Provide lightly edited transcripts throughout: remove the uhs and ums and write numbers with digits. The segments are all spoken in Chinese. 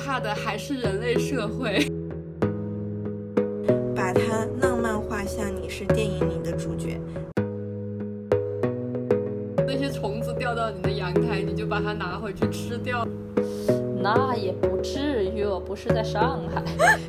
怕的还是人类社会。 把它浪漫化，像你是电影里的主角。 那些虫子掉到你的阳台，你就把它拿回去吃掉。 那也不至于，我不是在上海。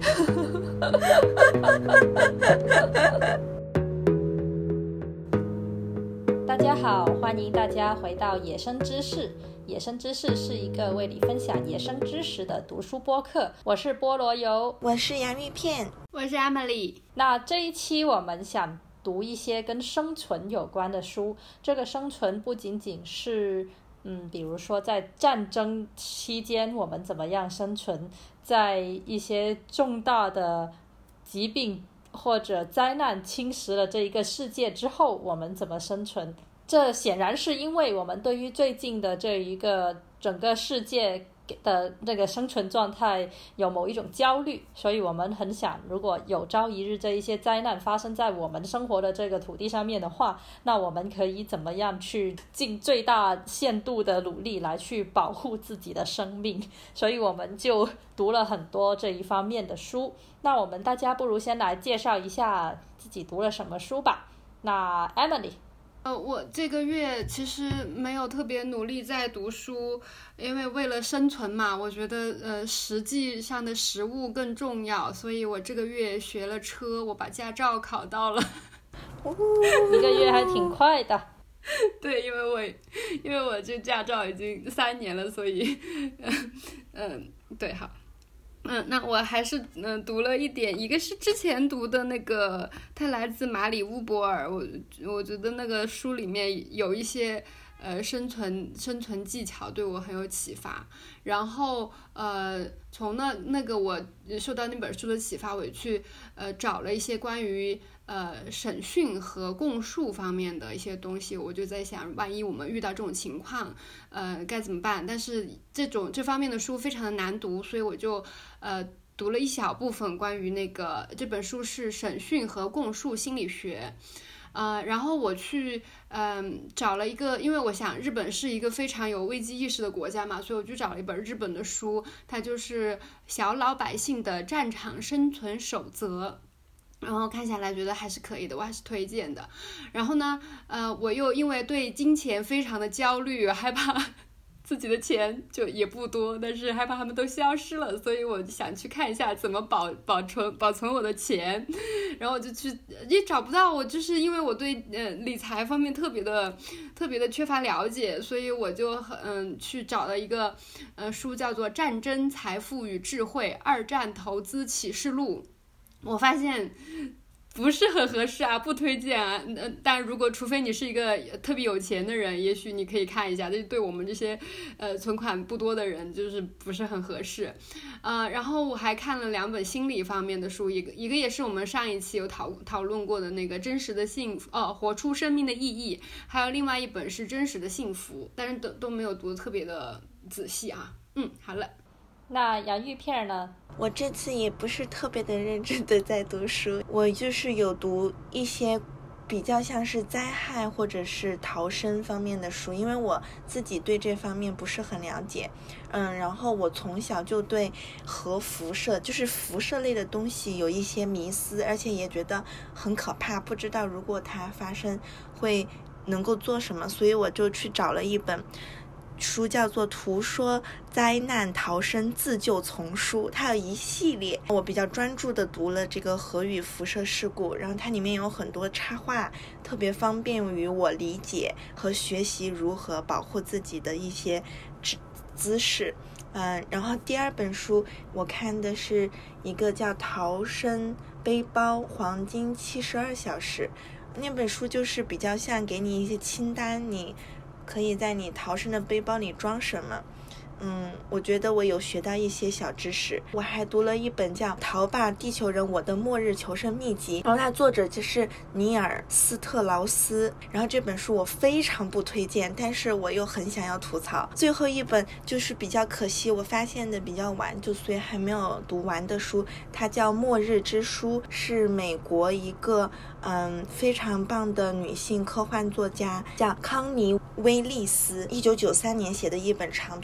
大家好，欢迎大家回到野生知识。野生知识是一个为你分享野生知识的读书播客，我是菠萝油， 我是洋芋片， 我是 Emily。 那这一期我们想读一些跟生存有关的书。这个生存不仅仅是比如说在战争期间我们怎么样生存，在一些重大的疾病或者灾难侵蚀了这一个世界之后我们怎么生存。这显然是因为我们对于最近的这一个整个世界的那个生存状态有某一种焦虑，所以我们很想，如果有朝一日这一些灾难发生在我们生活的这个土地上面的话，那我们可以怎么样去尽最大限度的努力来去保护自己的生命。所以我们就读了很多这一方面的书。那我们大家不如先来介绍一下自己读了什么书吧。那 Emily， 我这个月其实没有特别努力在读书，因为为了生存嘛，我觉得实际上的实务更重要，所以我这个月学了车，我把驾照考到了。 一个月还挺快的。 对，因为我这驾照已经3年了，所以对，好。那我还是读了一点，一个是之前读的那个，它来自马里乌波尔，我觉得那个书里面有一些生存技巧对我很有启发。然后从那个我受到那本书的启发，我去找了一些关于审讯和供述方面的一些东西。我就在想，万一我们遇到这种情况该怎么办。但是这方面的书非常的难读，所以我就读了一小部分关于这本书是审讯和供述心理学。然后我去找了一个，因为我想日本是一个非常有危机意识的国家嘛，所以我就找了一本日本的书，它就是小老百姓的战场生存守则。然后看下来觉得还是可以的，我还是推荐的。然后呢我又因为对金钱非常的焦虑，害怕自己的钱就也不多，但是害怕他们都消失了，所以我就想去看一下怎么保存我的钱。然后我就去也找不到，我就是因为我对理财方面特别的缺乏了解，所以我就去找了一个书，叫做《战争、财富与智慧：二战投资启示录》。我发现不是很合适啊，不推荐啊。但除非你是一个特别有钱的人，也许你可以看一下，这对我们这些存款不多的人就是不是很合适。然后我还看了2本心理方面的书，一个也是我们上一期有讨论过的那个真实的幸福活出生命的意义，还有另外一本是真实的幸福，但是都没有读得特别的仔细啊。好了。 那洋芋片呢？ 我这次也不是特别的认真的在读书，我就是有读一些比较像是灾害或者是逃生方面的书，因为我自己对这方面不是很了解。然后我从小就对核辐射，就是辐射类的东西有一些迷思，而且也觉得很可怕，不知道如果它发生会能够做什么，所以我就去找了一本书，叫做《图说灾难逃生自救丛书》，它有一系列。我比较专注的读了这个核与辐射事故，然后它里面有很多插画，特别方便于我理解和学习如何保护自己的一些知识。然后第2本书我看的是一个叫《逃生背包黄金72小时》，那本书就是比较像给你一些清单，你可以在你逃生的背包里装什么。我觉得我有学到一些小知识。我还读了一本叫《逃吧地球人：我的末日求生秘籍》，然后它作者就是尼尔斯特劳斯。然后这本书我非常不推荐，但是我又很想要吐槽。最后一本就是比较可惜，我发现的比较晚，所以还没有读完的书，它叫《末日之书》，是美国一个非常棒的女性科幻作家叫康妮·威利斯1993年写的一本长篇小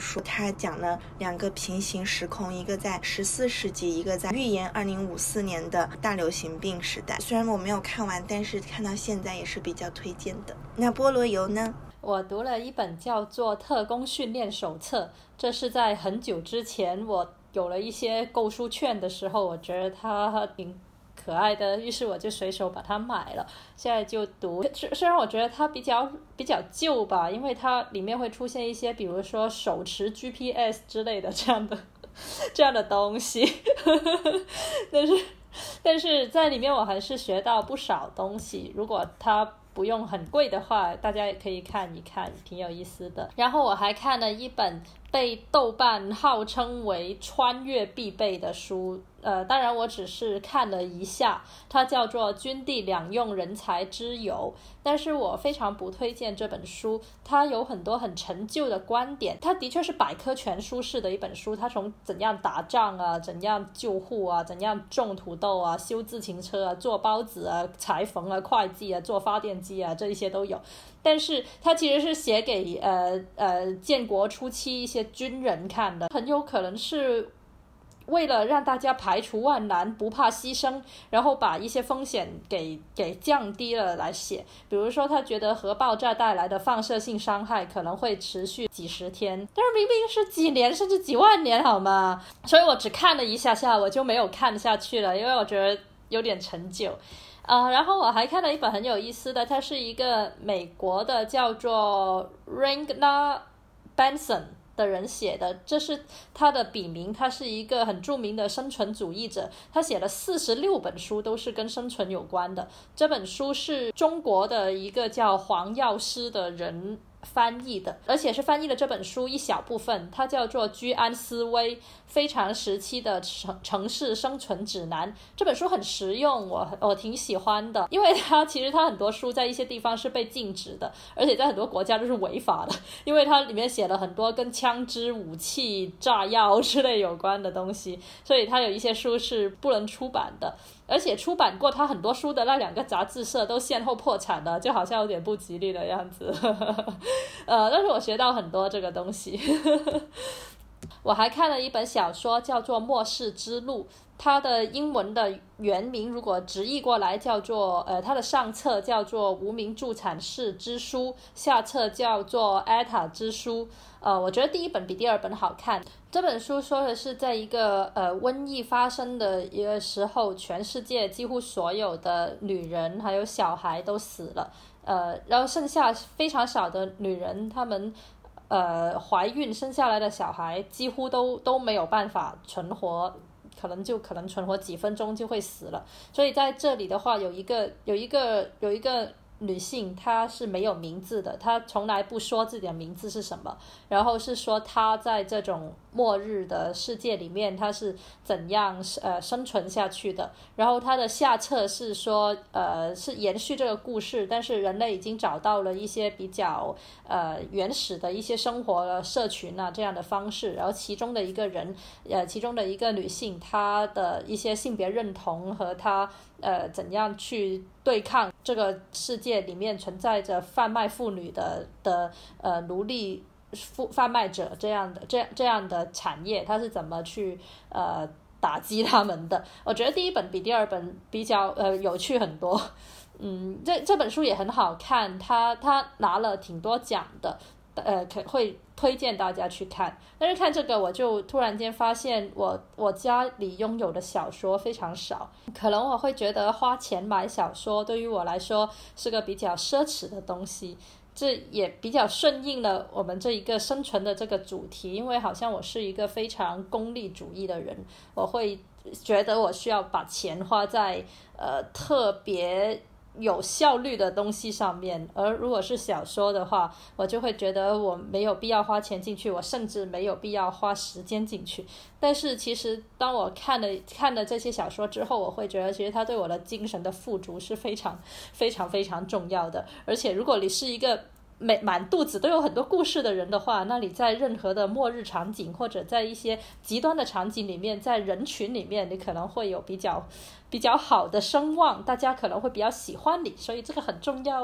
说，它讲了2个平行时空，一个在14世纪，一个在预言2054年的大流行病时代。虽然我没有看完，但是看到现在也是比较推荐的。那菠萝油呢？ 我读了一本叫做《特工训练手册》，这是在很久之前我有了一些购书券的时候，我觉得它挺可爱的，于是我就随手把它买了，现在就读。虽然我觉得它比较旧吧，因为它里面会出现一些比如说手持 GPS 之类的这样的东西但是在里面我还是学到不少东西，如果它不用很贵的话，大家也可以看一看，挺有意思的。然后我还看了一本被豆瓣号称为穿越必备的书，当然我只是看了一下，它叫做《军地两用人才之友》，但是我非常不推荐这本书，它有很多很陈旧的观点，它的确是百科全书式的一本书，它从怎样打仗啊，怎样救护啊，怎样种土豆啊，修自行车啊，做包子啊，裁缝啊，会计啊，做发电机啊，这一些都有。但是它其实是写给建国初期一些军人看的，很有可能是为了让大家排除万难，不怕牺牲，然后把一些风险给降低了来写。比如说他觉得核爆炸带来的放射性伤害可能会持续几十天，但是明明是几年甚至几万年好吗？所以我只看了一下下，我就没有看下去了，因为我觉得有点陈旧。然后我还看了一本很有意思的，它是一个美国的叫做 Ragnar Benson 的人写的，这是他的笔名，他是一个很著名的生存主义者，他写了46本书都是跟生存有关的。这本书是中国的一个叫黄药师的人翻译的，而且是翻译了这本书一小部分，它叫做《居安思危：非常时期的城市生存指南》。这本书很实用，我挺喜欢的，因为其实它很多书在一些地方是被禁止的，而且在很多国家都是违法的，因为它里面写了很多跟枪支、武器、炸药之类有关的东西，所以它有一些书是不能出版的。而且出版过他很多书的那2个杂志社都先后破产了，就好像有点不吉利的样子但是我学到很多这个东西我还看了一本小说叫做《末世之路》，它的英文的原名如果直译过来叫做它的上册叫做无名助产士之书，下册叫做艾塔之书。我觉得第一本比第2本好看。这本书说的是在一个瘟疫发生的一个时候，全世界几乎所有的女人还有小孩都死了，然后剩下非常少的女人，她们怀孕生下来的小孩几乎都没有办法存活，可能存活几分钟就会死了。所以在这里的话，有一个女性，她是没有名字的，她从来不说自己的名字是什么，然后是说她在这种末日的世界里面她是怎样生存下去的。然后她的下册是说是延续这个故事，但是人类已经找到了一些比较原始的一些生活社群啊这样的方式，然后其中的一个女性，她的一些性别认同和她怎样去对抗这个世界里面存在着贩卖妇女的奴隶贩卖者这样的产业，它是怎么去打击他们的。我觉得第一本比第2本比较有趣很多。这本书也很好看，它拿了挺多奖的，会推荐大家去看。但是看这个我就突然间发现我家里拥有的小说非常少，可能我会觉得花钱买小说对于我来说是个比较奢侈的东西，这也比较顺应了我们这一个生存的这个主题，因为好像我是一个非常功利主义的人，我会觉得我需要把钱花在特别有效率的东西上面，而如果是小说的话，我就会觉得我没有必要花钱进去，我甚至没有必要花时间进去。但是其实当我看了这些小说之后，我会觉得其实它对我的精神的富足是非常非常非常重要的。而且如果你是一个满肚子都有很多故事的人的话，那你在任何的末日场景或者在一些极端的场景里面，在人群里面，你可能会有比较好的声望，大家可能会比较喜欢你，所以这个很重要哦。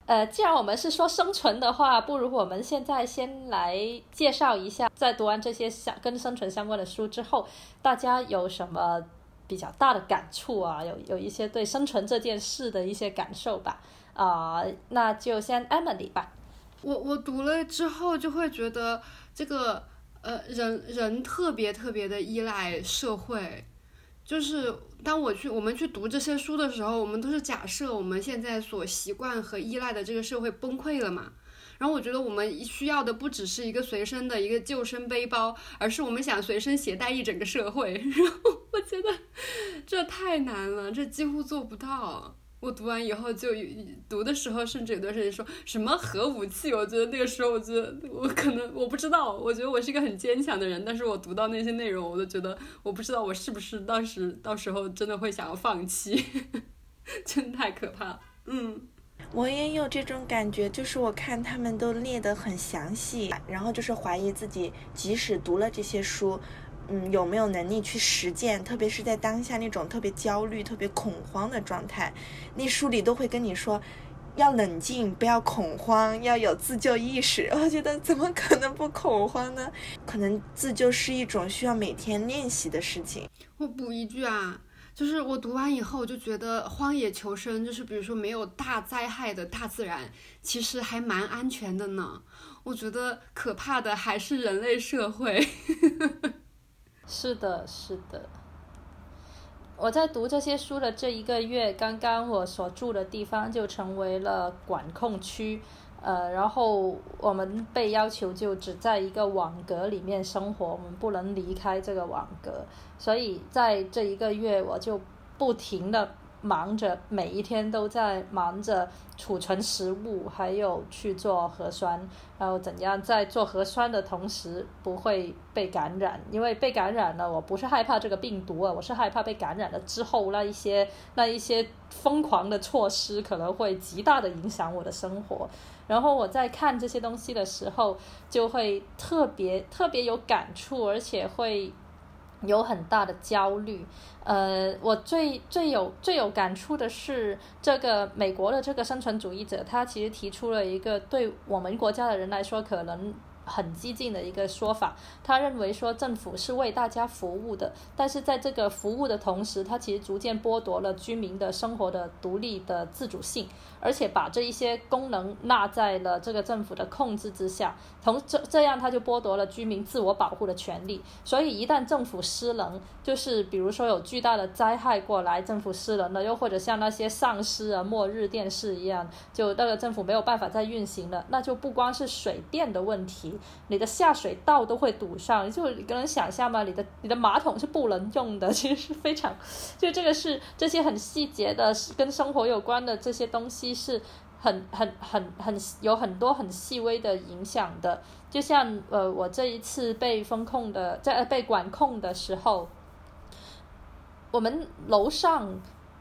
既然我们是说生存的话，不如我们现在先来介绍一下，在读完这些跟生存相关的书之后，大家有什么比较大的感触啊？有一些对生存这件事的一些感受吧。那就先 Emily 吧。 我读了之后就会觉得这个人特别特别的依赖社会，就是当我们去读这些书的时候，我们都是假设我们现在所习惯和依赖的这个社会崩溃了嘛。然后我觉得我们需要的不只是一个随身的一个救生背包，而是我们想随身携带一整个社会。然后我觉得这太难了，这几乎做不到。我读完以后就读的时候，甚至有段时间说什么核武器，我觉得那个时候，我觉得我不知道，我觉得我是一个很坚强的人，但是我读到那些内容，我都觉得我不知道我是不是到时候真的会想要放弃，真的太可怕了。 我也有这种感觉，就是我看他们都列得很详细，然后就是怀疑自己即使读了这些书，有没有能力去实践，特别是在当下那种特别焦虑、特别恐慌的状态，那书里都会跟你说要冷静，不要恐慌，要有自救意识。我觉得怎么可能不恐慌呢？可能自救是一种需要每天练习的事情。 我补一句啊，就是我读完以后我就觉得荒野求生，就是比如说没有大灾害的大自然，其实还蛮安全的呢。我觉得可怕的还是人类社会。 是的，是的。我在读这些书的这一个月，刚刚我所住的地方就成为了管控区，然后我们被要求就只在一个网格里面生活，我们不能离开这个网格，所以在这一个月我就不停的忙着，每一天都在忙着储存食物，还有去做核酸，然后怎样在做核酸的同时不会被感染，因为被感染了，我不是害怕这个病毒啊，我是害怕被感染了之后那一些疯狂的措施可能会极大的影响我的生活。然后我在看这些东西的时候，就会特别有感触，而且会有很大的焦虑。我最有感触的是，这个美国的这个生存主义者，他其实提出了一个对我们国家的人来说可能很激进的一个说法。他认为说政府是为大家服务的，但是在这个服务的同时，他其实逐渐剥夺了居民的生活的独立的自主性，而且把这一些功能纳在了这个政府的控制之下，这样他就剥夺了居民自我保护的权利。所以一旦政府失能，就是比如说有巨大的灾害过来，政府失能了，又或者像那些丧尸啊、末日电视一样，就那个政府没有办法再运行了，那就不光是水电的问题，你的下水道都会堵上，就你能想象吗？你的马桶是不能用的，其实是非常，就这些很细节的跟生活有关的这些东西是很有很多很细微的影响的。就像我这一次被被管控的时候，我们楼上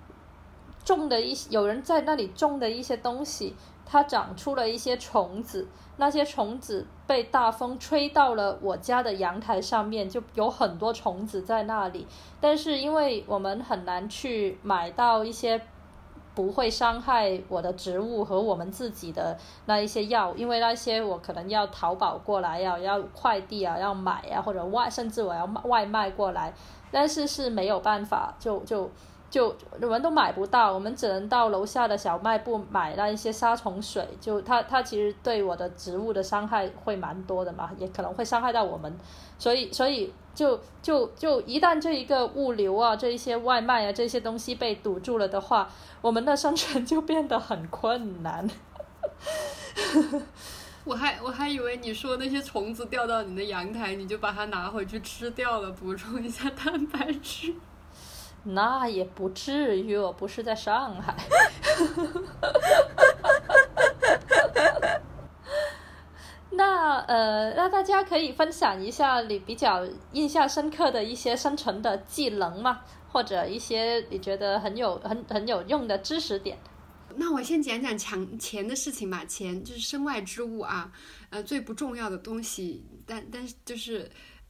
有人在那里种的一些东西，它长出了一些虫子，那些虫子被大风吹到了我家的阳台上面，就有很多虫子在那里。但是因为我们很难去买到一些不会伤害我的植物和我们自己的那一些药，因为那些我可能要淘宝过来，要快递啊，要买啊，或者甚至我要外卖过来，但是没有办法，就我们都买不到，我们只能到楼下的小卖部买那一些杀虫水，就它其实对我的植物的伤害会蛮多的嘛，也可能会伤害到我们，所以就一旦这一个物流啊，这一些外卖啊，这些东西被堵住了的话，我们的生存就变得很困难。 我还以为你说那些虫子掉到你的阳台，你就把它拿回去吃掉了，补充一下蛋白质。 那也不至于，我不是在上海。那大家可以分享一下你比较印象深刻的一些生存的技能吗？或者一些你觉得很有用的知识点？ 那我先讲讲钱的事情吧。钱就是身外之物啊，最不重要的东西，但是就是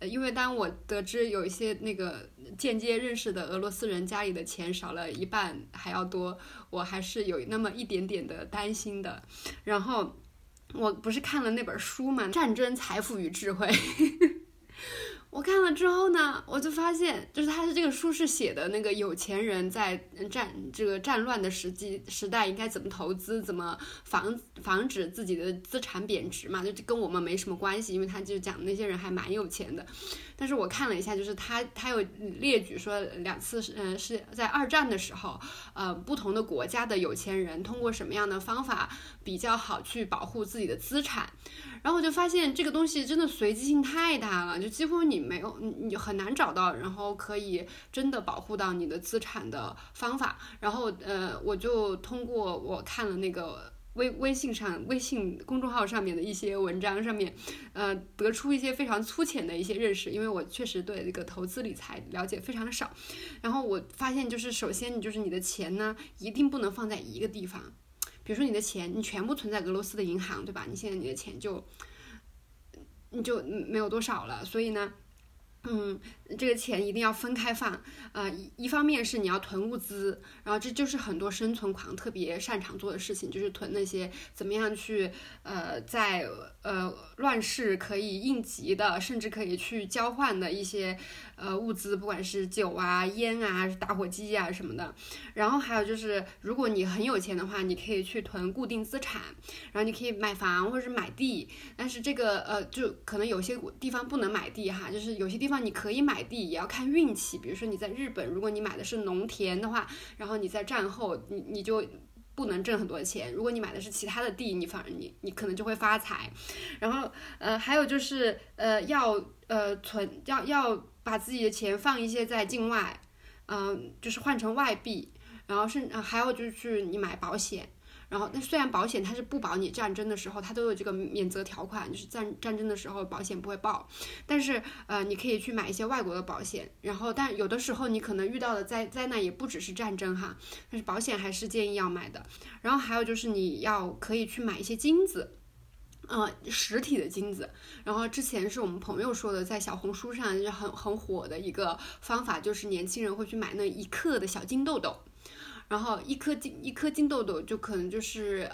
因为当我得知有一些那个间接认识的俄罗斯人家里的钱少了一半还要多，我还是有那么一点点的担心的。然后我不是看了那本书嘛，《战争、财富与智慧》我看了之后呢，我就发现，就是他的这个书是写的那个有钱人在战乱的时代应该怎么投资，怎么防止自己的资产贬值嘛，就跟我们没什么关系，因为他就讲那些人还蛮有钱的。但是我看了一下，就是他有列举说2次是在2战的时候，不同的国家的有钱人通过什么样的方法比较好去保护自己的资产。然后我就发现这个东西真的随机性太大了，就几乎你很难找到然后可以真的保护到你的资产的方法。然后我就通过我看了那个微信公众号上面的一些文章上面得出一些非常粗浅的一些认识，因为我确实对这个投资理财了解非常少。然后我发现就是首先就是你的钱呢一定不能放在一个地方，比如说你的钱你全部存在俄罗斯的银行，对吧？你现在你的钱你就没有多少了，所以呢这个钱一定要分开放，一方面是你要囤物资，然后这就是很多生存狂特别擅长做的事情，就是囤那些怎么样去在乱世可以应急的，甚至可以去交换的一些物资，不管是酒啊、烟啊、打火机啊什么的。然后还有就是，如果你很有钱的话，你可以去囤固定资产，然后你可以买房或者是买地，但是这个就可能有些地方不能买地哈，就是有些地方你可以买地，也要看运气。比如说你在日本，如果你买的是农田的话，然后你在战后你就不能挣很多钱。如果你买的是其他的地，你可能就会发财。然后还有就是要把自己的钱放一些在境外，就是换成外币。然后还有就是你买保险。然后，那虽然保险它是不保你战争的时候，它都有这个免责条款，就是战争的时候保险不会报，但是你可以去买一些外国的保险。然后，但有的时候你可能遇到的灾难也不只是战争哈，但是保险还是建议要买的。然后还有就是你可以去买一些金子。实体的金子。然后之前是我们朋友说的，在小红书上很火的一个方法，就是年轻人会去买那1克的小金豆豆。然后一颗金豆豆就可能就是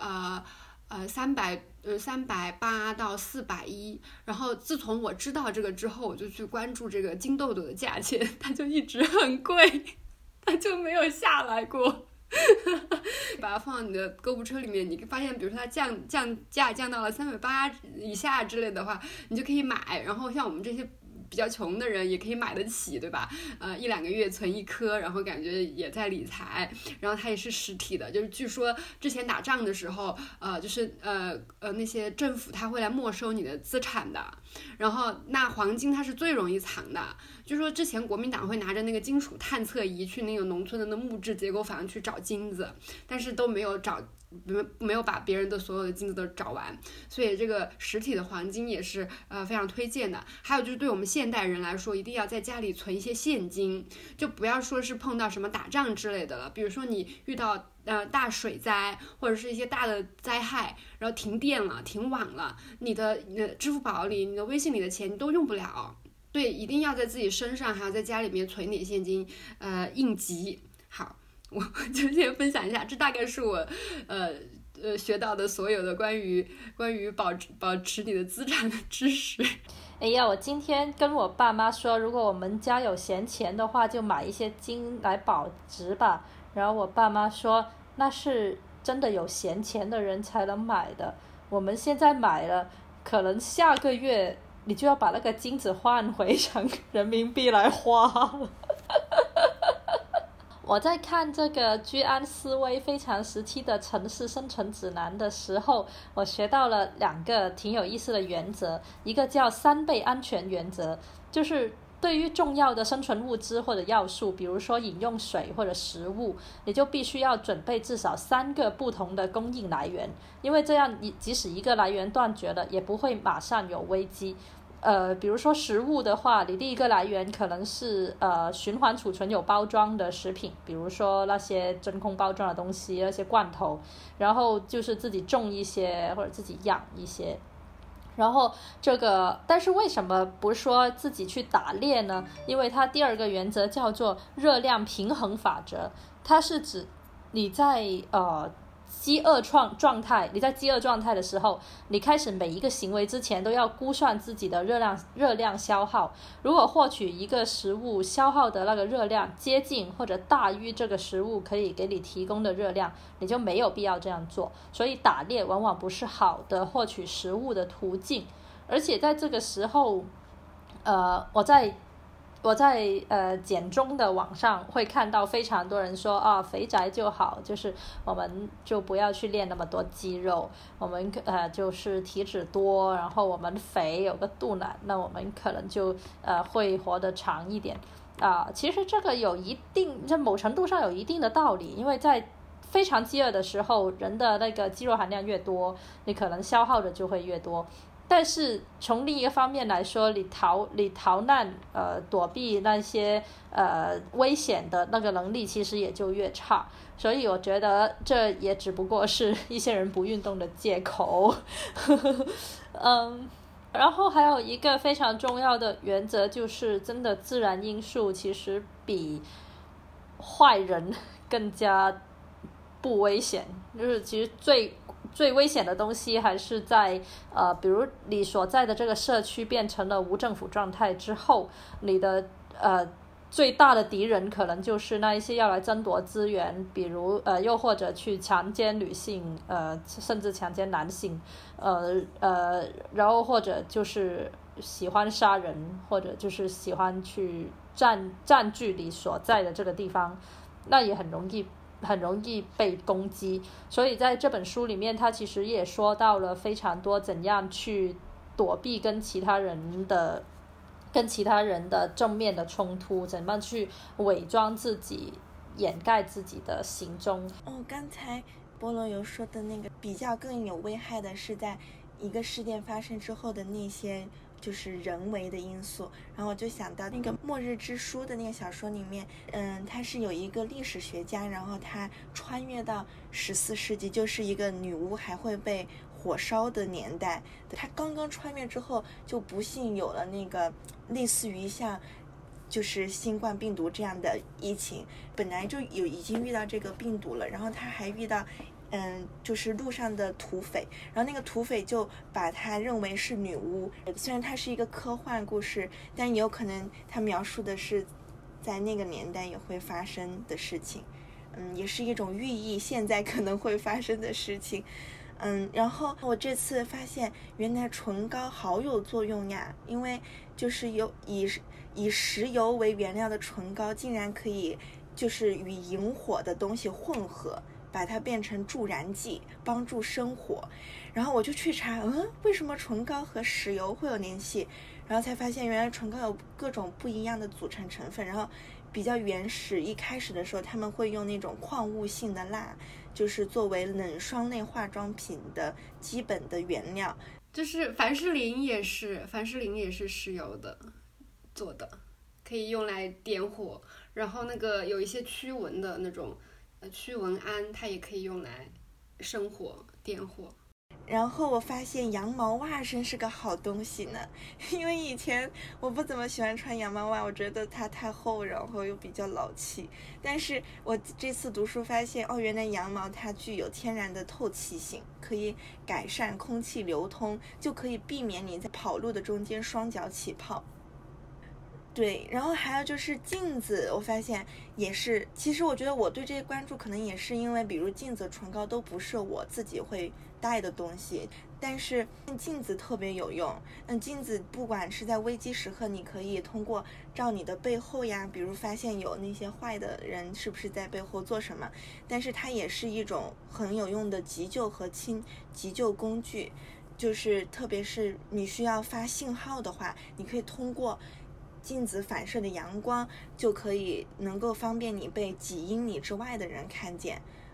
380到410。然后自从我知道这个之后，我就去关注这个金豆豆的价钱，它就一直很贵，它就没有下来过。把它放到你的购物车里面，你发现比如说它降价降到了380以下之类的话，你就可以买。然后像我们这些比较穷的人也可以买得起，对吧？1-2个月存1颗，然后感觉也在理财。然后它也是实体的，就是据说之前打仗的时候就是那些政府他会来没收你的资产的。然后那黄金它是最容易藏的，据说之前国民党会拿着那个金属探测仪去那个农村的那木质结构房去找金子，但是都没有把别人的所有的金子都找完。所以这个实体的黄金也是非常推荐的。还有就是对我们现代人来说，一定要在家里存一些现金，就不要说是碰到什么打仗之类的了，比如说你遇到大水灾或者是一些大的灾害，然后停电了停网了，你的支付宝里你的微信里的钱你都用不了。对，一定要在自己身上还要在家里面存点现金应急。好，我就先分享一下，这大概是我学到的所有的关于保持你的资产的知识。 哎呀，我今天跟我爸妈说，如果我们家有闲钱的话，就买一些金来保值吧。然后我爸妈说，那是真的有闲钱的人才能买的，我们现在买了，可能下个月你就要把那个金子换回成人民币来花了。我在看这个居安思危非常时期的城市生存指南的时候，我学到了2个挺有意思的原则。一个叫3倍安全原则，就是对于重要的生存物资或者要素，比如说饮用水或者食物，你就必须要准备至少3个不同的供应来源，因为这样你即使一个来源断绝了，也不会马上有危机。比如说食物的话，你第一个来源可能是循环储存有包装的食品，比如说那些真空包装的东西，那些罐头，然后就是自己种一些或者自己养一些。 然后但是为什么不说自己去打猎呢？因为它第二个原则叫做热量平衡法则，它是指你在饥饿状态，你在饥饿状态的时候，你开始每一个行为之前都要估算自己的热量消耗。如果获取一个食物消耗的那个热量接近或者大于这个食物可以给你提供的热量，你就没有必要这样做。所以打猎往往不是好的获取食物的途径。而且在这个时候，我在减重的网上会看到非常多人说啊，肥宅就好，就是我们就不要去练那么多肌肉，我们就是体脂多，然后我们肥有个肚腩，那我们可能就会活得长一点其实这个在某程度上有一定的道理，因为在非常饥饿的时候，人的那个肌肉含量越多，你可能消耗的就会越多。但是从另一个方面来说，你逃难躲避那些危险的那个能力其实也就越差，所以我觉得这也只不过是一些人不运动的借口。然后还有一个非常重要的原则，就是真的自然因素其实比坏人更加不危险，就是其实最危险的东西还是在比如你所在的这个社区变成了无政府状态之后，你的最大的敌人可能就是那一些要来争夺资源，比如又或者去强奸女性，甚至强奸男性，然后或者就是喜欢杀人，或者就是喜欢去占据你所在的这个地方，那也很容易被攻击。所以在这本书里面，他其实也说到了非常多怎样去躲避跟其他人的正面的冲突，怎么去伪装自己，掩盖自己的行踪。 刚才菠萝油说的那个比较更有危害的是在一个事件发生之后的那些就是人为的因素，然后我就想到那个《末日之书》的那个小说里面，他是有一个历史学家，然后他穿越到14世纪，就是一个女巫还会被火烧的年代，他刚刚穿越之后，就不幸有了那个类似于像就是新冠病毒这样的疫情，本来就已经遇到这个病毒了，然后他还遇到就是路上的土匪，然后那个土匪就把他认为是女巫。虽然它是一个科幻故事，但也有可能他描述的是在那个年代也会发生的事情，也是一种寓意现在可能会发生的事情。然后我这次发现原来唇膏好有作用呀，因为就是以石油为原料的唇膏竟然可以就是与引火的东西混合，把它变成助燃剂，帮助生火。然后我就去查，为什么唇膏和石油会有联系？然后才发现原来唇膏有各种不一样的组成成分，然后比较原始，一开始的时候他们会用那种矿物性的蜡，就是作为冷霜类化妆品的基本的原料。 就是凡士林也是石油的做的，可以用来点火。然后那个有一些驱蚊的那种驱蚊胺，它也可以用来生火点火。 然后我发现羊毛袜真是个好东西呢，因为以前我不怎么喜欢穿羊毛袜，我觉得它太厚，然后又比较老气。但是我这次读书发现，原来羊毛它具有天然的透气性，可以改善空气流通，就可以避免你在跑路的中间双脚起泡。对，然后还有就是镜子，我发现也是，其实我觉得我对这些关注可能也是因为比如镜子唇膏都不是我自己会带的东西，但是镜子特别有用。镜子不管是在危机时刻，你可以通过照你的背后呀，比如发现有那些坏的人是不是在背后做什么，但是它也是一种很有用的急救和急救工具，就是特别是你需要发信号的话，你可以通过镜子反射的阳光就可以能够方便你被几英里之外的人看见。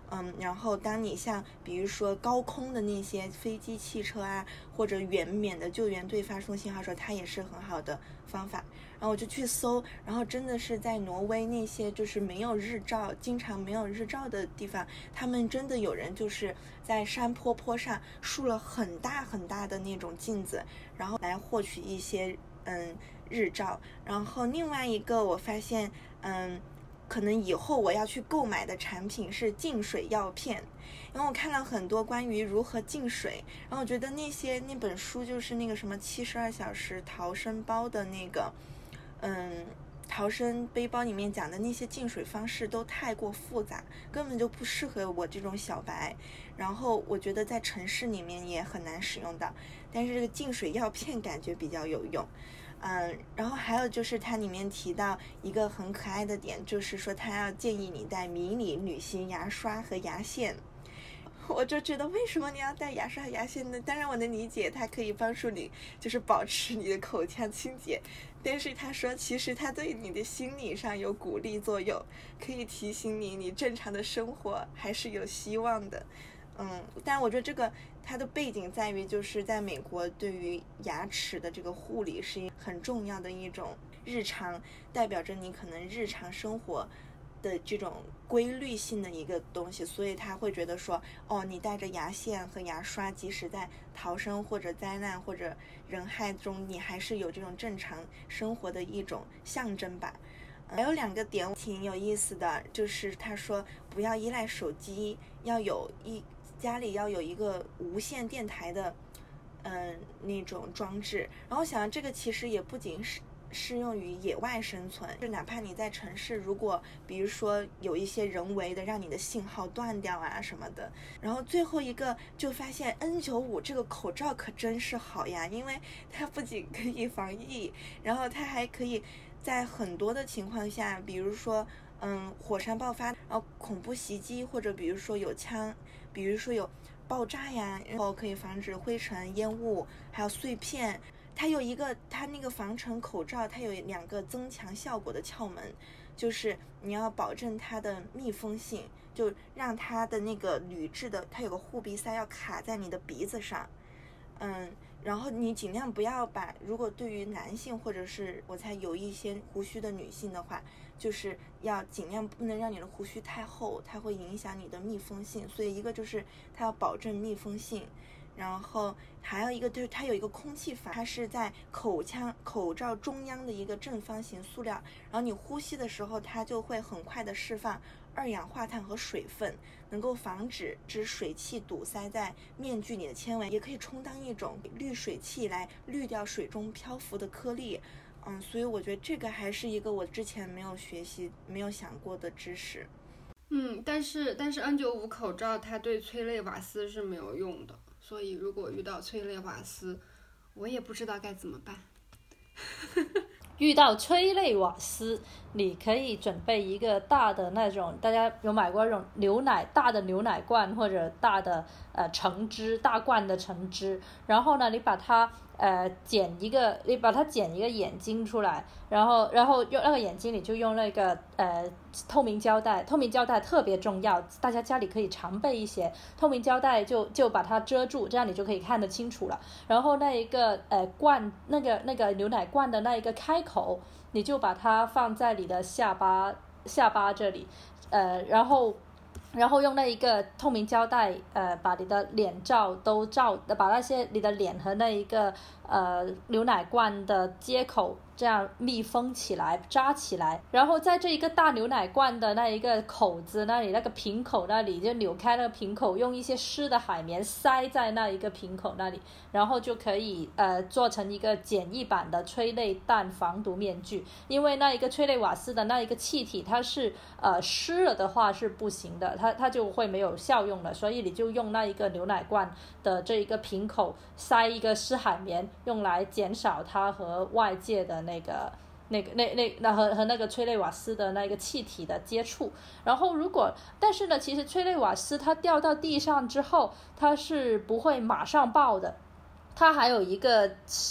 然后当你像比如说高空的那些飞机、汽车啊，或者远免的救援队发送信号的时候，它也是很好的方法。然后我就去搜，然后真的是在挪威那些就是没有日照，经常没有日照的地方，他们真的有人就是在山坡上竖了很大很大的那种镜子，然后来获取一些日照。然后另外一个我发现可能以后我要去购买的产品是净水药片，因为我看了很多关于如何净水，然后我觉得那本书就是那个什么72小时逃生包的那个逃生背包里面讲的那些净水方式都太过复杂，根本就不适合我这种小白，然后我觉得在城市里面也很难使用到，但是这个净水药片感觉比较有用。然后还有就是它里面提到一个很可爱的点，就是说它要建议你带迷你旅行牙刷和牙线。我就觉得为什么你要带牙刷和牙线呢？当然我能理解它可以帮助你就是保持你的口腔清洁，但是他说其实它对你的心理上有鼓励作用，可以提醒你正常的生活还是有希望的。但我觉得这个它的背景在于就是在美国对于牙齿的这个护理是很重要的一种日常，代表着你可能日常生活的这种规律性的一个东西，所以他会觉得说你带着牙线和牙刷，即使在逃生或者灾难或者人害中，你还是有这种正常生活的一种象征吧。还有2个点挺有意思的，就是他说不要依赖手机，家里要有一个无线电台的那种装置。然后想这个其实也不仅是适用于野外生存，就哪怕你在城市，如果比如说有一些人为的让你的信号断掉啊什么的。然后最后一个就发现 N95 这个口罩可真是好呀，因为它不仅可以防疫，然后它还可以在很多的情况下，比如说火山爆发，然后恐怖袭击，或者比如说有枪，比如说有爆炸呀，然后可以防止灰尘、烟雾还有碎片。它那个防尘口罩，它有2个增强效果的窍门，就是你要保证它的密封性，就让它的那个铝制的，它有个护鼻塞要卡在你的鼻子上，然后你尽量不要如果对于男性或者是我猜有一些胡须的女性的话，就是要尽量不能让你的胡须太厚，它会影响你的密封性，所以一个就是它要保证密封性。然后还有一个就是它有一个空气阀，它是在口罩中央的一个正方形塑料，然后你呼吸的时候它就会很快的释放2氧化碳和水分，能够防止水汽堵塞在面具里的纤维，也可以充当一种滤水器来滤掉水中漂浮的颗粒。所以我觉得这个还是一个我之前没有学习没有想过的知识。 但是 N95 口罩它对催泪瓦斯是没有用的，所以如果遇到催泪瓦斯，我也不知道该怎么办。 遇到催泪瓦斯，你可以准备一个大的那种，大家有买过那种大的牛奶罐或者大的大罐的橙汁，然后呢，你把它剪一个眼睛出来，然后用那个眼睛，你就用那个透明胶带特别重要，大家家里可以常备一些透明胶带，就把它遮住，这样你就可以看得清楚了。然后那一个罐那个牛奶罐的那一个开口，你就把它放在你的下巴这里，然后用那一个透明胶带把你的脸把那些你的脸和那一个牛奶罐的接口这样密封起来扎起来，然后在这一个大牛奶罐的那一个口子那里，那个瓶口那里就扭开那个瓶口，用一些湿的海绵塞在那一个瓶口那里，然后就可以做成一个简易版的催泪弹防毒面具。因为那一个催泪瓦斯的那一个气体它是湿了的话是不行的，它就会没有效用了，所以你就用那一个牛奶罐的这一个瓶口塞一个湿海绵，用来减少它和外界的和那个催泪瓦斯的那个气体的接触。然后但是呢，其实催泪瓦斯它掉到地上之后，它是不会马上爆的，它还有一个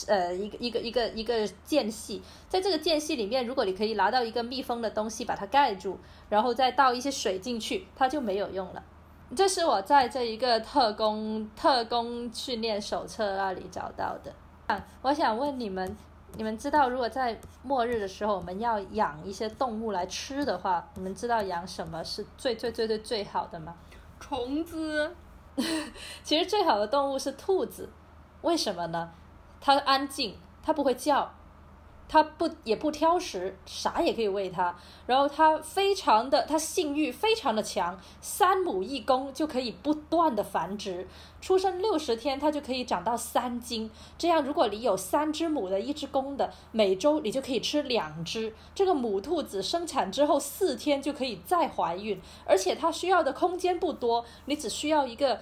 间隙，在这个间隙里面，如果你可以拿到一个密封的东西把它盖住，然后再倒一些水进去，它就没有用了。 这是我在这一个特工训练手册那里找到的。我想问你们知道如果在末日的时候我们要养一些动物来吃的话，你们知道养什么是最好的吗？ 虫子。 其实最好的动物是兔子。为什么呢？它安静，它不会叫，它也不挑食，啥也可以喂它。然后它性欲非常的强，3母1公就可以不断的繁殖，出生60天它就可以长到3斤。这样如果你有3只母的1只公的，每周你就可以吃2只。这个母兔子生产之后4天就可以再怀孕，而且它需要的空间不多，你只需要一个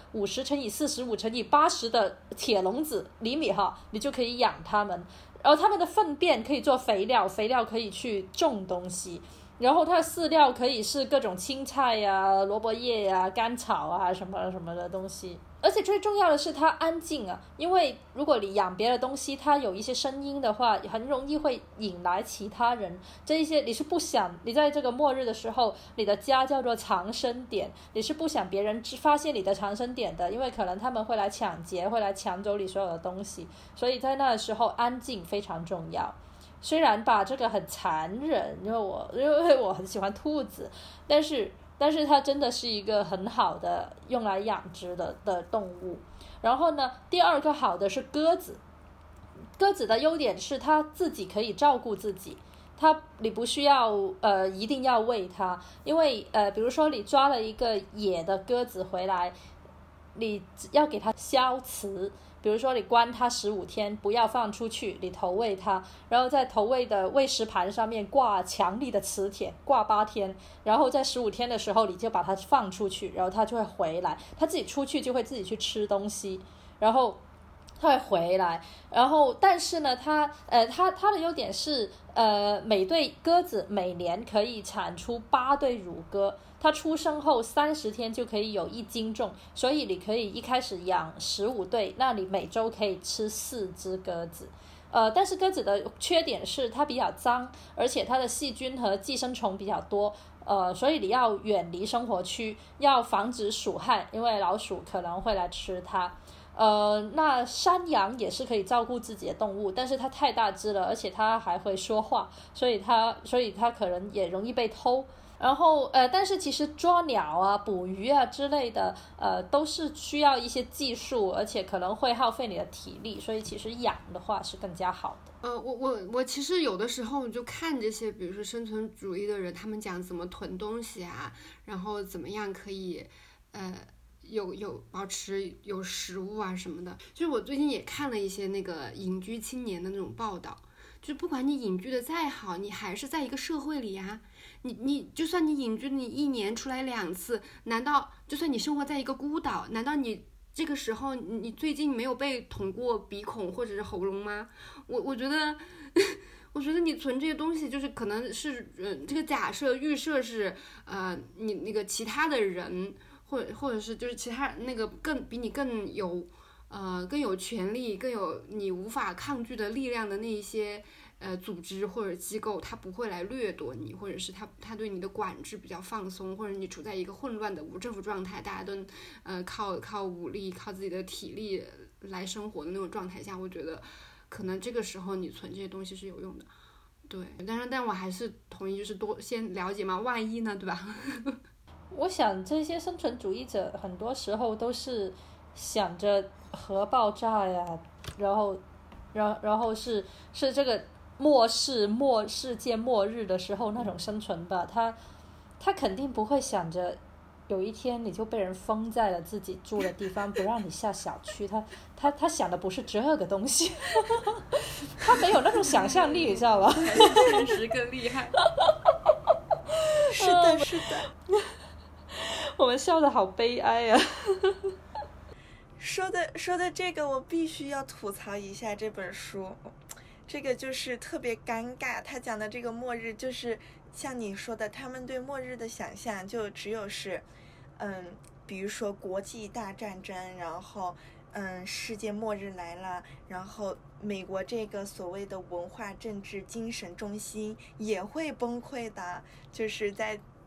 50×45×80的铁笼子厘米哈，你就可以养它们。然后它们的粪便可以做肥料可以去种东西，然后它的饲料可以是各种青菜呀、萝卜叶呀、甘草啊什么什么的东西。而且最重要的是它安静啊，因为如果你养别的东西，它有一些声音的话，很容易会引来其他人。这一些你是不想，你在这个末日的时候，你的家叫做藏身点，你是不想别人发现你的藏身点的，因为可能他们会来抢劫，会来抢走你所有的东西。所以在那个时候安静非常重要。虽然吧这个很残忍，因为我很喜欢兔子，但是它真的是一个很好的用来养殖的动物。然后呢，第二个好的是鸽子。鸽子的优点是它自己可以照顾自己，你不需要一定要喂它，因为比如说你抓了一个野的鸽子回来，你要给它消磁。比如说你关它15天，不要放出去，你投喂它，然后在投喂的喂食盘上面挂强力的磁铁，挂8天，然后在15天的时候你就把它放出去，然后它就会回来，它自己出去就会自己去吃东西，然后它会回来。然后但是呢它的优点是每对鸽子每年可以产出8对乳鸽，它出生后30天就可以有1斤重，所以你可以一开始养15对，那你每周可以吃4只鸽子。但是鸽子的缺点是它比较脏，而且它的细菌和寄生虫比较多，所以你要远离生活区，要防止鼠害，因为老鼠可能会来吃它。那山羊也是可以照顾自己的动物，但是它太大只了，而且它还会说话，所以它可能也容易被偷。然后但是其实抓鸟啊、捕鱼啊之类的，都是需要一些技术，而且可能会耗费你的体力，所以其实养的话是更加好的。 我其实有的时候就看这些，比如说生存主义的人，他们讲怎么囤东西啊，然后怎么样可以有保持有食物啊什么的。就是我最近也看了一些那个隐居青年的那种报道，就不管你隐居的再好，你还是在一个社会里啊。你就算你隐居，你1年出来2次，难道就算你生活在一个孤岛，难道你这个时候你最近没有被捅过鼻孔或者是喉咙吗？我觉得我觉得你存这些东西就是可能是这个假设预设是你那个其他的人或者是就是其他那个比你更有权利、更有你无法抗拒的力量的那一些组织或者机构，他不会来掠夺你，或者是他对你的管制比较放松，或者你处在一个混乱的无政府状态，大家都靠武力、靠自己的体力来生活的那种状态下，我觉得可能这个时候你存这些东西是有用的。对，但我还是同意，就是多先了解嘛，万一呢，对吧？ 我想这些生存主义者很多时候都是想着核爆炸呀，然后是这个世界末日的时候那种生存吧。他肯定不会想着有一天你就被人封在了自己住的地方，不让你下小区。他想的不是这个东西，他没有那种想象力，你知道吧？ 现实更厉害。 是的，是的。 我们笑得好悲哀啊。 说的这个，我必须要吐槽一下这本书。这个就是特别尴尬，他讲的这个末日就是像你说的，他们对末日的想象就只有是比如说国际大战争，然后世界末日来了，然后美国这个所谓的文化政治精神中心也会崩溃的，就是在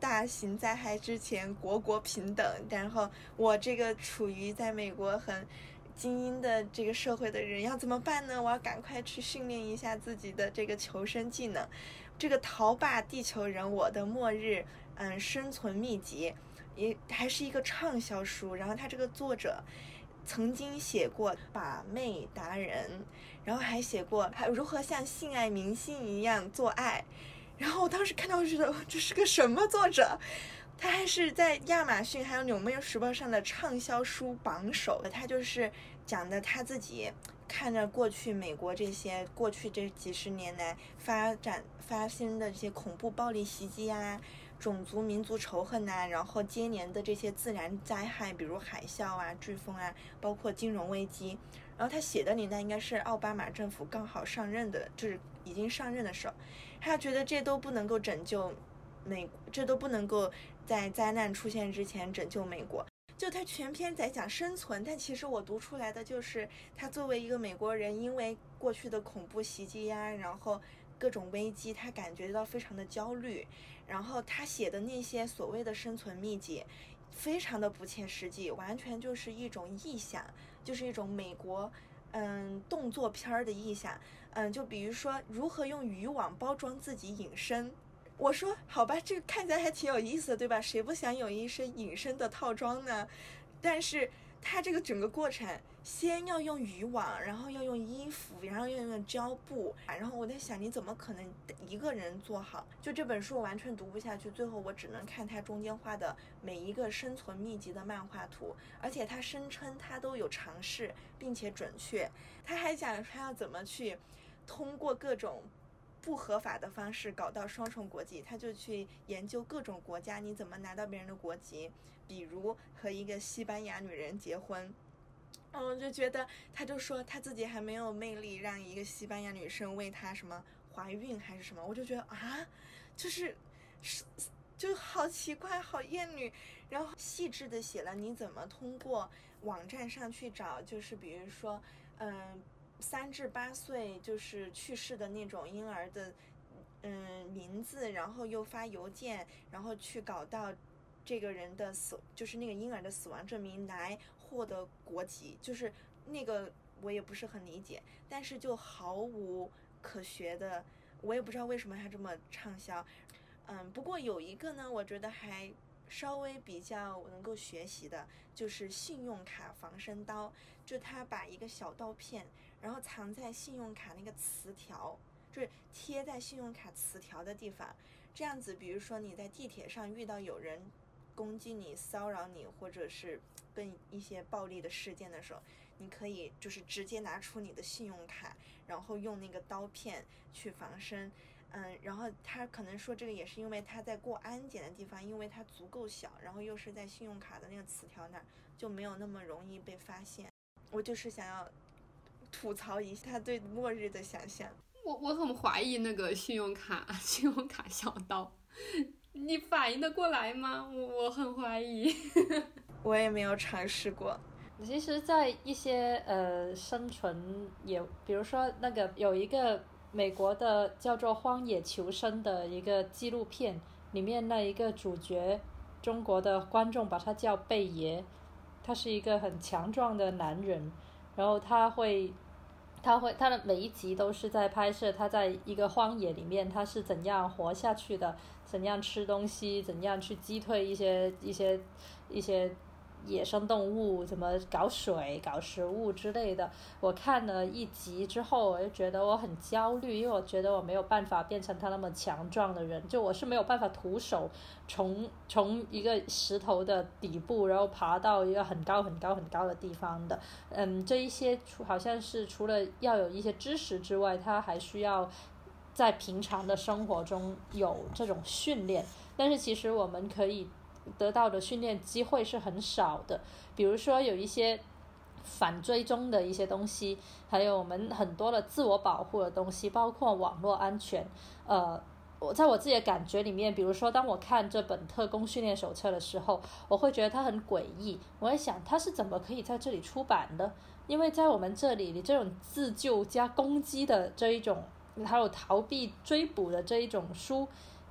大型灾害之前国国平等，然后我这个处于在美国很精英的这个社会的人要怎么办呢？我要赶快去训练一下自己的这个求生技能。这个《逃吧地球人：我的末日生存秘籍》也还是一个畅销书，然后他这个作者曾经写过把妹达人，然后还写过如何像性爱明星一样做爱，然后我当时看到觉得这是个什么作者，他还是在亚马逊还有纽约时报上的畅销书榜首。他就是讲的他自己看着过去美国过去这几十年来发生的这些恐怖暴力袭击啊，种族民族仇恨啊，然后接连的这些自然灾害，比如海啸啊、飓风啊，包括金融危机。然后他写的年代应该是奥巴马政府刚好上任的，就是已经上任的时候，他觉得这都不能够拯救这都不能够在灾难出现之前拯救美国。就他全篇在讲生存，但其实我读出来的就是他作为一个美国人，因为过去的恐怖袭击呀，然后各种危机，他感觉到非常的焦虑，然后他写的那些所谓的生存秘籍非常的不切实际，完全就是一种臆想，就是一种美国动作片的臆想。就比如说如何用渔网包装自己隐身。我说好吧，这个看起来还挺有意思的，对吧？谁不想有一身隐身的套装呢？但是它这个整个过程，先要用渔网，然后要用衣服，然后要用胶布，然后我在想，你怎么可能一个人做好？就这本书我完全读不下去，最后我只能看它中间画的每一个生存秘籍的漫画图，而且他声称他都有尝试并且准确。他还讲他要怎么去通过各种不合法的方式搞到双重国籍，他就去研究各种国家你怎么拿到别人的国籍，比如和一个西班牙女人结婚。我就觉得他就说他自己还没有魅力让一个西班牙女生为他什么怀孕还是什么，我就觉得啊，就好奇怪好厌女。然后细致的写了你怎么通过网站上去找，就是比如说3至8岁就是去世的那种婴儿的名字，然后又发邮件，然后去搞到这个人的就是那个婴儿的死亡证明来获得国籍。就是那个我也不是很理解，但是就毫无可学的，我也不知道为什么他这么畅销。不过有一个呢，我觉得还稍微比较能够学习的，就是信用卡防身刀。就他把一个小刀片，然后藏在信用卡那个磁条，就是贴在信用卡磁条的地方，这样子比如说你在地铁上遇到有人攻击你、骚扰你，或者是跟一些暴力的事件的时候，你可以就是直接拿出你的信用卡，然后用那个刀片去防身。然后他可能说这个也是因为他在过安检的地方，因为它足够小，然后又是在信用卡的那个磁条那儿，就没有那么容易被发现。我就是想要吐槽一下他对末日的想象。 我很怀疑那个信用卡小刀，你反应得过来吗？我很怀疑。 我也没有尝试过。 其实在一些生存也，比如说那个有一个美国的叫做《荒野求生》的一个纪录片，里面那一个主角，中国的观众把他叫贝爷，他是一个很强壮的男人，然后他的每一集都是在拍摄他在一个荒野里面他是怎样活下去的，怎样吃东西，怎样去击退一些野生动物，怎么搞水搞食物之类的。我看了一集之后，我就觉得我很焦虑，因为我觉得我没有办法变成他那么强壮的人，就我是没有办法徒手从一个石头的底部然后爬到一个很高很高很高的地方的。这一些好像是除了要有一些知识之外，他还需要在平常的生活中有这种训练，但是其实我们可以得到的训练机会是很少的。比如说有一些反追踪的一些东西，还有我们很多的自我保护的东西，包括网络安全。在我自己的感觉里面，比如说当我看这本特工训练手册的时候，我会觉得它很诡异，我在想它是怎么可以在这里出版的，因为在我们这里，你这种自救加攻击的这一种，还有逃避追捕的这一种书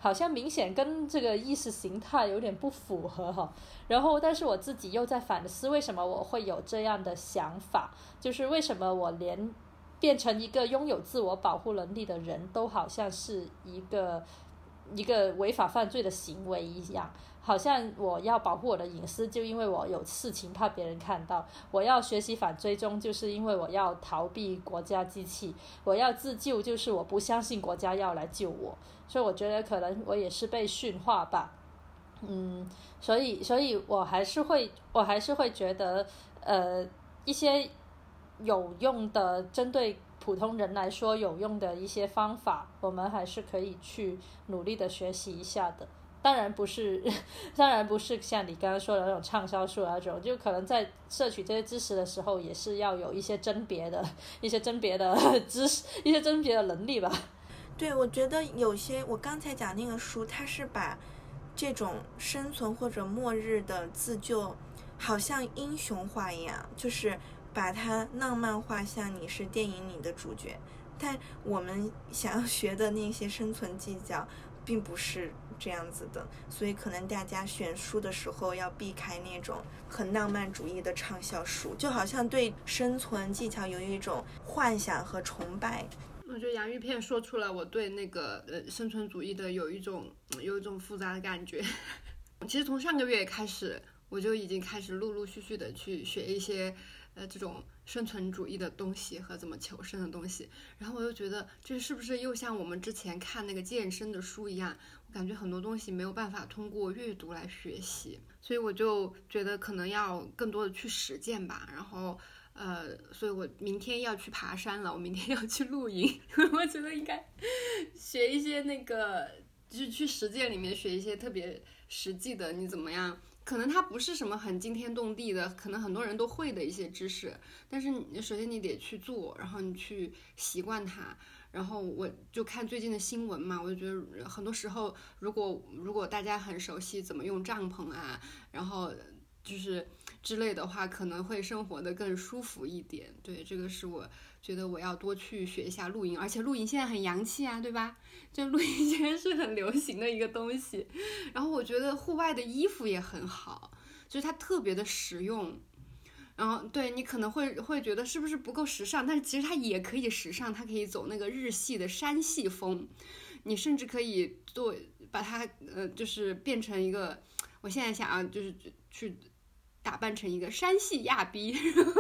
好像明显跟这个意识形态有点不符合哈。然后但是我自己又在反思，为什么我会有这样的想法，就是为什么我连变成一个拥有自我保护能力的人都好像是一个违法犯罪的行为一样，好像我要保护我的隐私，就因为我有事情怕别人看到；我要学习反追踪，就是因为我要逃避国家机器；我要自救，就是我不相信国家要来救我。所以我觉得可能我也是被驯化吧。所以我还是会觉得一些有用的，针对普通人来说有用的一些方法，我们还是可以去努力的学习一下的。当然不是像你刚刚说的那种畅销书那种，就可能在摄取这些知识的时候，也是要有一些甄别的知识，一些甄别的能力吧。 对，我觉得有些我刚才讲那个书，它是把这种生存或者末日的自救好像英雄化一样，就是把它浪漫化，像你是电影里的主角。但我们想要学的那些生存技巧并不是这样子的，所以可能大家选书的时候要避开那种很浪漫主义的畅销书，就好像对生存技巧有一种幻想和崇拜。 我觉得洋芋片说出了我对那个生存主义的有一种复杂的感觉。其实从上个月开始，我就已经开始陆陆续续的去学一些这种生存主义的东西和怎么求生的东西。然后我又觉得这是不是又像我们之前看那个健身的书一样，我感觉很多东西没有办法通过阅读来学习，所以我就觉得可能要更多的去实践吧。然后所以我明天要去爬山了，我明天要去露营。我觉得应该学一些那个，就是去实践里面学一些特别实际的，你怎么样，可能它不是什么很惊天动地的，可能很多人都会的一些知识，但是你首先你得去做，然后你去习惯它。然后我就看最近的新闻嘛，我就觉得很多时候如果大家很熟悉怎么用帐篷啊，然后就是之类的话，可能会生活的更舒服一点。对，这个是我觉得我要多去学一下露营，而且露营现在很洋气啊，对吧？就露营现在是很流行的一个东西。然后我觉得户外的衣服也很好，就是它特别的实用。然后对你可能会觉得是不是不够时尚，但是其实它也可以时尚，它可以走那个日系的山系风，你甚至可以把它就是变成一个，我现在想啊，就是去打扮成一个山系亚逼。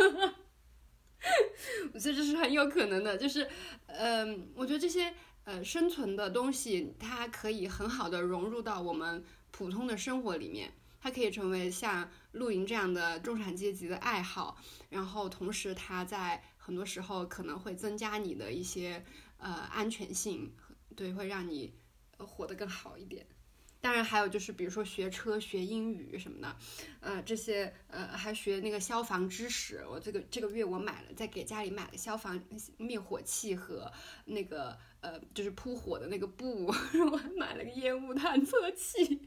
我觉得这是很有可能的，就是我觉得这些生存的东西，它可以很好的融入到我们普通的生活里面。它可以成为像露营这样的中产阶级的爱好，然后同时它在很多时候可能会增加你的一些安全性，对，会让你活得更好一点。当然还有就是比如说学车学英语什么的，这些还学那个消防知识。我这个月我在给家里买了消防灭火器和那个就是扑火的那个布，我还买了个烟雾探测器。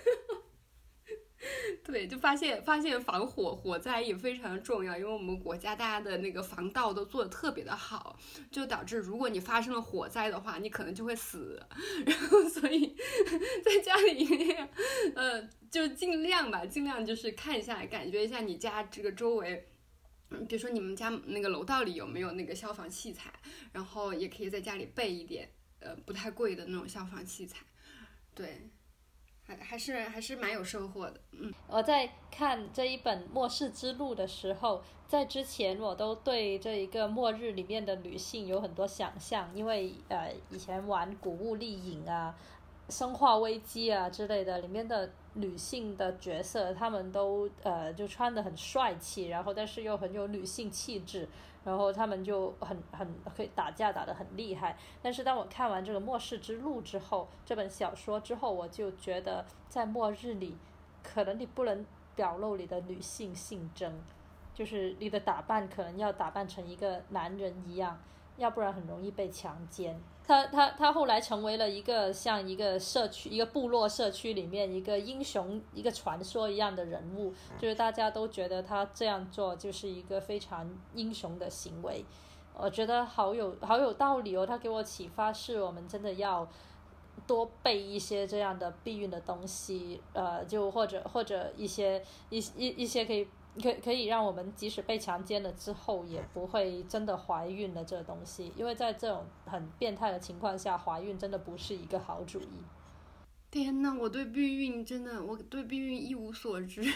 对，就发现防火灾也非常重要，因为我们国家大家的那个防盗都做得特别的好，就导致如果你发生了火灾的话，你可能就会死。然后所以在家里就尽量就是看一下，感觉一下你家这个周围。比如说你们家那个楼道里有没有那个消防器材，然后也可以在家里备一点不太贵的那种消防器材。对，还是蛮有收获的。 我在看这一本《末世之路》的时候，在之前我都对这一个末日里面的女性有很多想象，因为以前玩古物丽影啊、生化危机啊之类的，里面的女性的角色，她们都就穿得很帅气，然后但是又很有女性气质，然后她们就很可以打架打得很厉害。但是当我看完这个《末世之路》之后，这本小说之后，我就觉得在末日里，可能你不能表露你的女性性征，就是你的打扮可能要打扮成一个男人一样，要不然很容易被强奸。他后来成为了一个像一个社区、一个部落社区里面一个英雄、一个传说一样的人物，就是大家都觉得他这样做就是一个非常英雄的行为。我觉得好有道理哦，他给我启发是我们真的要多备一些这样的避孕的东西，就或者一些可以让我们即使被强奸了之后也不会真的怀孕的这东西，因为在这种很变态的情况下，怀孕真的不是一个好主意。 天呐，我对避孕一无所知。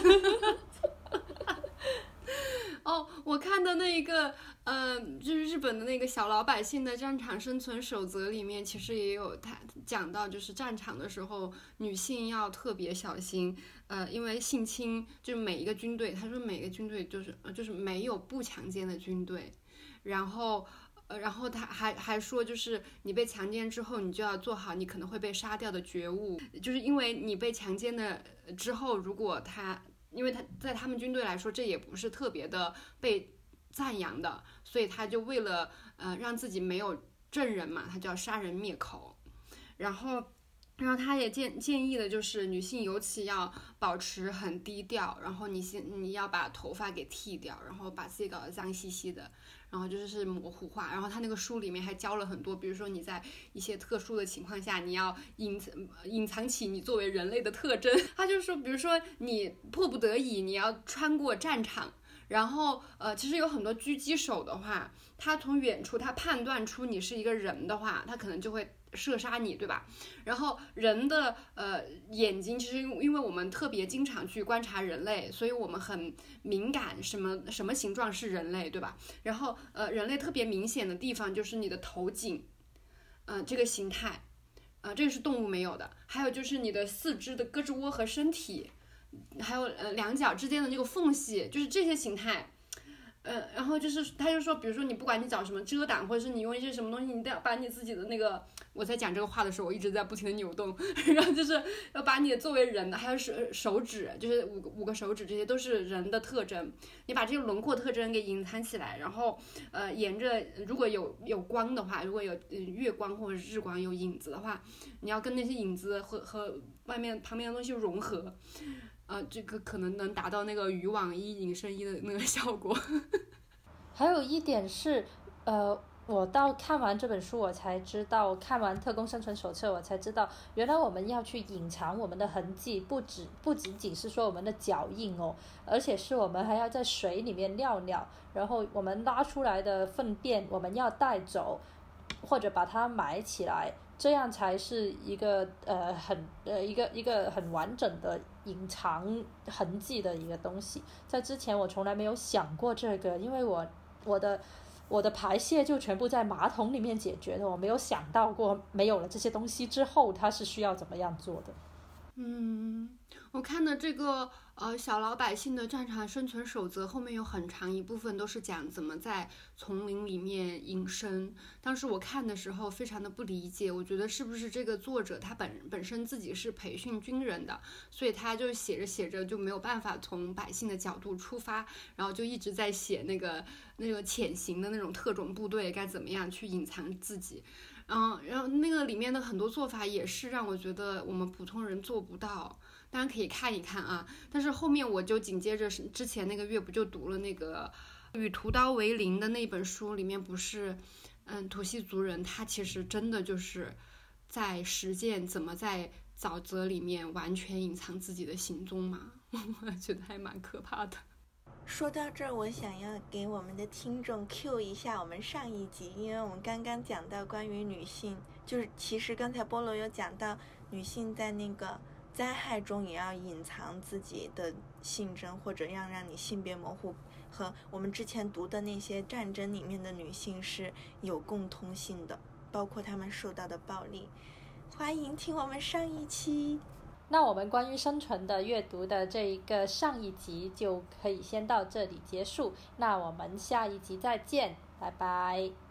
哦，我看的那个，就是日本的那个小老百姓的战场生存守则里面，其实也有他讲到，就是战场的时候，女性要特别小心，因为性侵，就是每一个军队，他说每个军队就是没有不强奸的军队，然后他还说，就是你被强奸之后，你就要做好你可能会被杀掉的觉悟，就是因为你被强奸的之后，如果因为他在他们军队来说，这也不是特别的被赞扬的，所以他就为了让自己没有证人嘛，他就要杀人灭口。然后他也建议的就是女性尤其要保持很低调，然后你要把头发给剃掉，然后把自己搞得脏兮兮的，然后就是模糊化。然后他那个书里面还教了很多，比如说你在一些特殊的情况下，你要隐藏起你作为人类的特征。他就说，比如说你迫不得已你要穿过战场，然后其实有很多狙击手的话，他从远处他判断出你是一个人的话，他可能就会射杀你，对吧？然后人的眼睛，其实因为我们特别经常去观察人类，所以我们很敏感什么形状是人类，对吧？然后人类特别明显的地方就是你的头颈，这个形态，这个是动物没有的。还有就是你的四肢的胳肢窝和身体，还有两脚之间的那个缝隙，就是这些形态。然后就是他就说，比如说你不管你找什么遮挡，或者是你用一些什么东西，你都要把你自己的那个，我在讲这个话的时候，我一直在不停的扭动，然后就是要把你作为人的，还有手指，就是五个手指，这些都是人的特征，你把这个轮廓特征给隐藏起来，然后沿着如果有光的话，如果有月光或者日光有影子的话，你要跟那些影子和外面旁边的东西融合。这个可能能达到那个渔网一隐身衣的那个效果。 还有一点是，我到看完这本书我才知道，看完特工生存手册我才知道，原来我们要去隐藏我们的痕迹，不仅仅是说我们的脚印哦，而且是我们还要在水里面尿尿，然后我们拉出来的粪便我们要带走，或者把它埋起来，这样才是一个一个很完整的隐藏痕迹的一个东西。在之前我从来没有想过这个，因为我的排泄就全部在马桶里面解决的，我没有想到过没有了这些东西之后它是需要怎么样做的。 我看的这个小老百姓的战场生存守则后面有很长一部分都是讲怎么在丛林里面隐身。当时我看的时候非常的不理解，我觉得是不是这个作者他本身自己是培训军人的，所以他就写着写着就没有办法从百姓的角度出发，然后就一直在写那个潜行的那种特种部队该怎么样去隐藏自己。然后那个里面的很多做法也是让我觉得我们普通人做不到，当然可以看一看啊。但是后面我就紧接着之前那个月不就读了那个与屠刀为邻的那本书，里面不是图西族人他其实真的就是在实践怎么在沼泽里面完全隐藏自己的行踪嘛，我觉得还蛮可怕的。 说到这儿，我想要给我们的听众 cue 一下我们上一集，因为我们刚刚讲到关于女性，就是其实刚才菠萝有讲到女性在那个灾害中也要隐藏自己的性征，或者让你性别模糊，和我们之前读的那些战争里面的女性是有共通性的，包括她们受到的暴力。欢迎听我们上一期。 那我们关于生存的阅读的这一个上一集就可以先到这里结束，那我们下一集再见，拜拜。